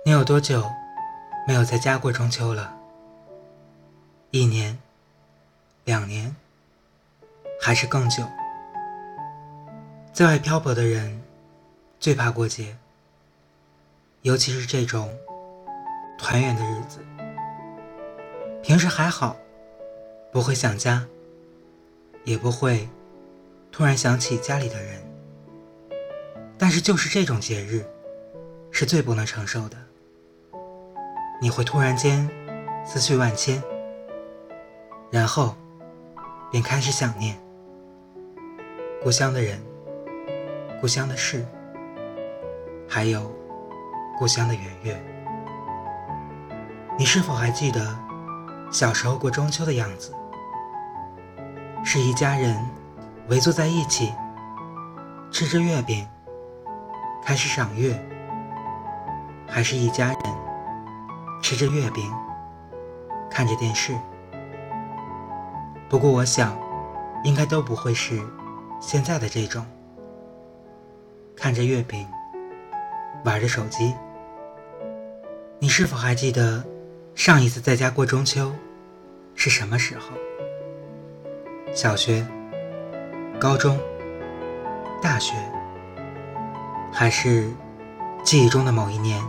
你有多久没有在家过中秋了？1年、2年，还是更久？在外漂泊的人最怕过节，尤其是这种团圆的日子。平时还好，不会想家，也不会突然想起家里的人，但是就是这种节日是最不能承受的。你会突然间思绪万千，然后便开始想念故乡的人、故乡的事，还有故乡的圆月。你是否还记得小时候过中秋的样子？是一家人围坐在一起，吃着月饼，开始赏月，还是一家人吃着月饼，看着电视？不过我想，应该都不会是现在的这种，看着月饼，玩着手机。你是否还记得上一次在家过中秋是什么时候？小学、高中、大学，还是记忆中的某一年？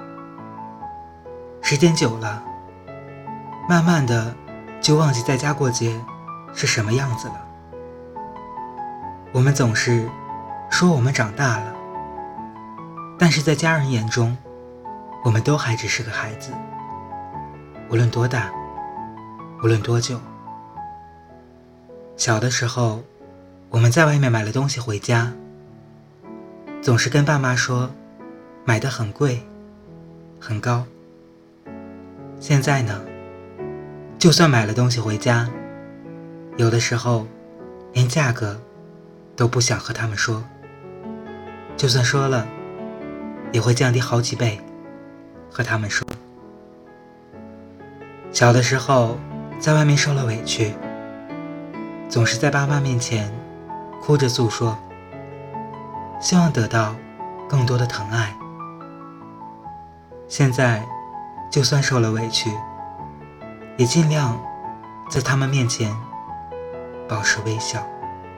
时间久了，慢慢的就忘记在家过节是什么样子了。我们总是说我们长大了，但是在家人眼中，我们都还只是个孩子。无论多大，无论多久。小的时候，我们在外面买了东西回家，总是跟爸妈说买得很贵很高。现在呢，就算买了东西回家，有的时候连价格都不想和他们说，就算说了，也会降低好几倍和他们说。小的时候在外面受了委屈，总是在爸妈面前哭着诉说，希望得到更多的疼爱。现在就算受了委屈，也尽量在他们面前保持微笑。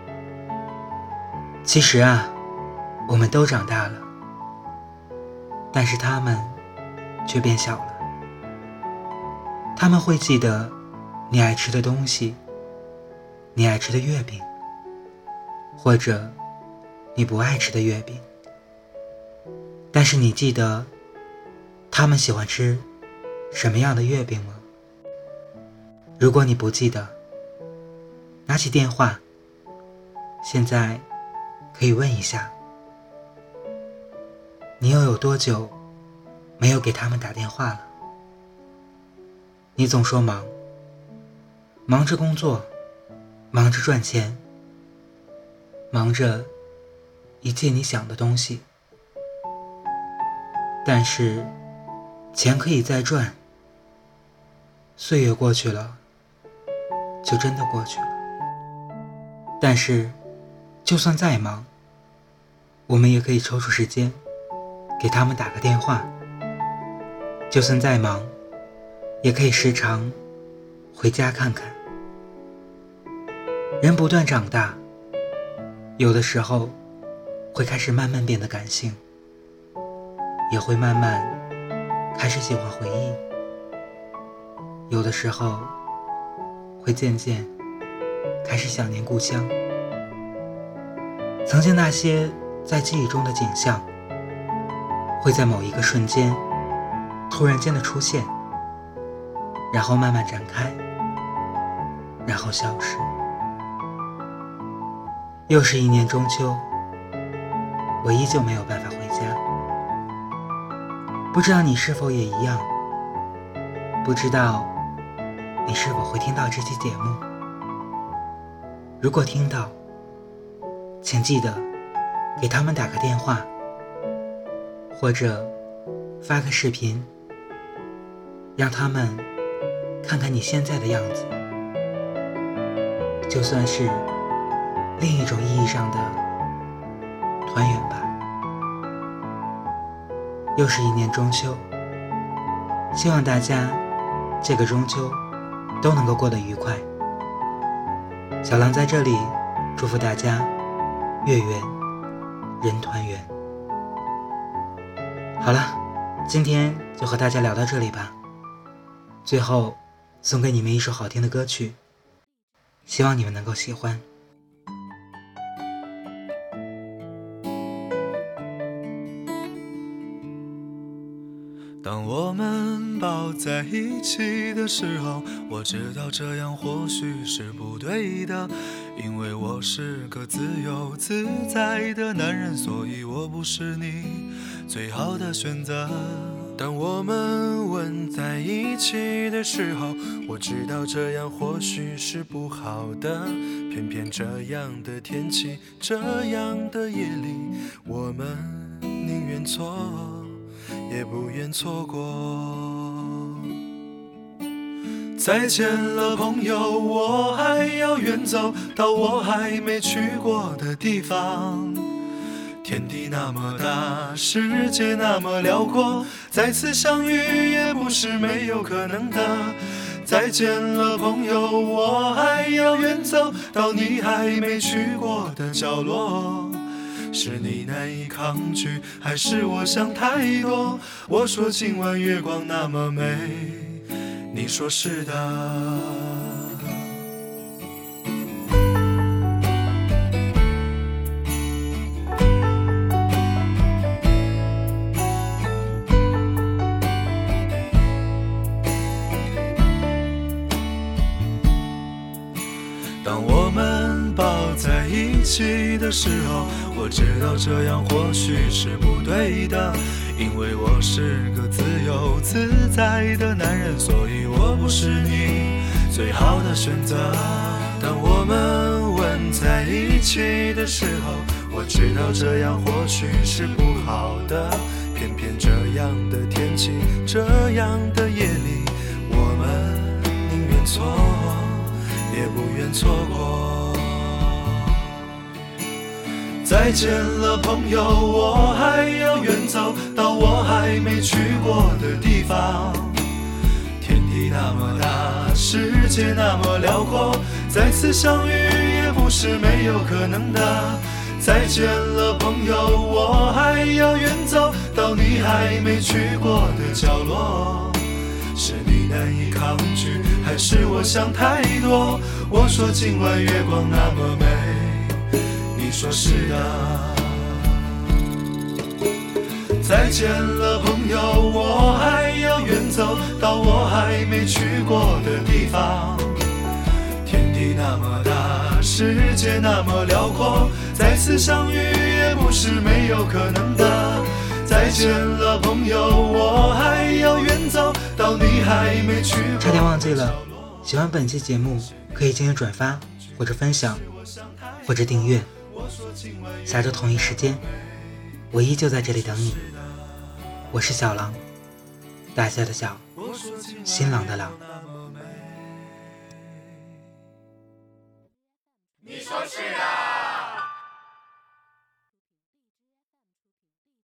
其实啊，我们都长大了，但是他们却变小了。他们会记得你爱吃的东西，你爱吃的月饼，或者你不爱吃的月饼。但是你记得他们喜欢吃什么样的月饼吗？如果你不记得，拿起电话，现在可以问一下，你又有多久没有给他们打电话了？你总说忙，忙着工作，忙着赚钱，忙着一切你想的东西。但是钱可以再赚，岁月过去了，就真的过去了。但是就算再忙，我们也可以抽出时间给他们打个电话。就算再忙，也可以时常回家看看。人不断长大，有的时候会开始慢慢变得感性，也会慢慢开始喜欢回忆。有的时候会渐渐开始想念故乡。曾经那些在记忆中的景象，会在某一个瞬间突然间的出现，然后慢慢展开，然后消失。又是一年中秋，我依旧没有办法回家。不知道你是否也一样，不知道你是否会听到这期节目。如果听到，请记得给他们打个电话，或者发个视频，让他们看看你现在的样子。就算是另一种意义上的团圆吧。又是一年中秋， 希望大家这个中秋都能够过得愉快。小狼在这里祝福大家月圆人团圆。好了，今天就和大家聊到这里吧。最后送给你们一首好听的歌曲，希望你们能够喜欢。 当我们抱在一起的时候，我知道这样或许是不对的，因为我是个自由自在的男人，所以我不是你最好的选择。当我们吻在一起的时候，我知道这样或许是不好的，偏偏这样的天气，这样的夜里，我们宁愿错也不愿错过。再见了朋友，我还要远走到我还没去过的地方。天地那么大，世界那么辽阔，再次相遇也不是没有可能的。再见了朋友，我还要远走到你还没去过的角落。是你难以抗拒，还是我想太多？我说今晚月光那么美，你说是的。当我们抱在一起的时候，我知道这样或许是不对的，因为我是个自由自在的男人，所以我不是你最好的选择。当我们吻在一起的时候，我知道这样或许是不好的，偏偏这样的天气，这样的夜里，我们宁愿错也不愿错过。再见了朋友，我还要远走到我还没去过的地方。天地那么大，世界那么辽阔，再次相遇也不是没有可能的。再见了朋友，我还要远走到你还没去过的角落。是你难以抗拒，还是我想太多？我说今晚月光那么美，你说是的。再见了朋友，我还要远走到我还没去过的地方。天地那么大，世界那么辽阔，再次相遇也不是没有可能的。再见了朋友，我还要远走到你还没去过。 差点忘记了，喜欢本期节目可以进行转发或者分享或者订阅。下周同一时间，我依旧在这里等你。我是小狼，大小的小，新郎的郎。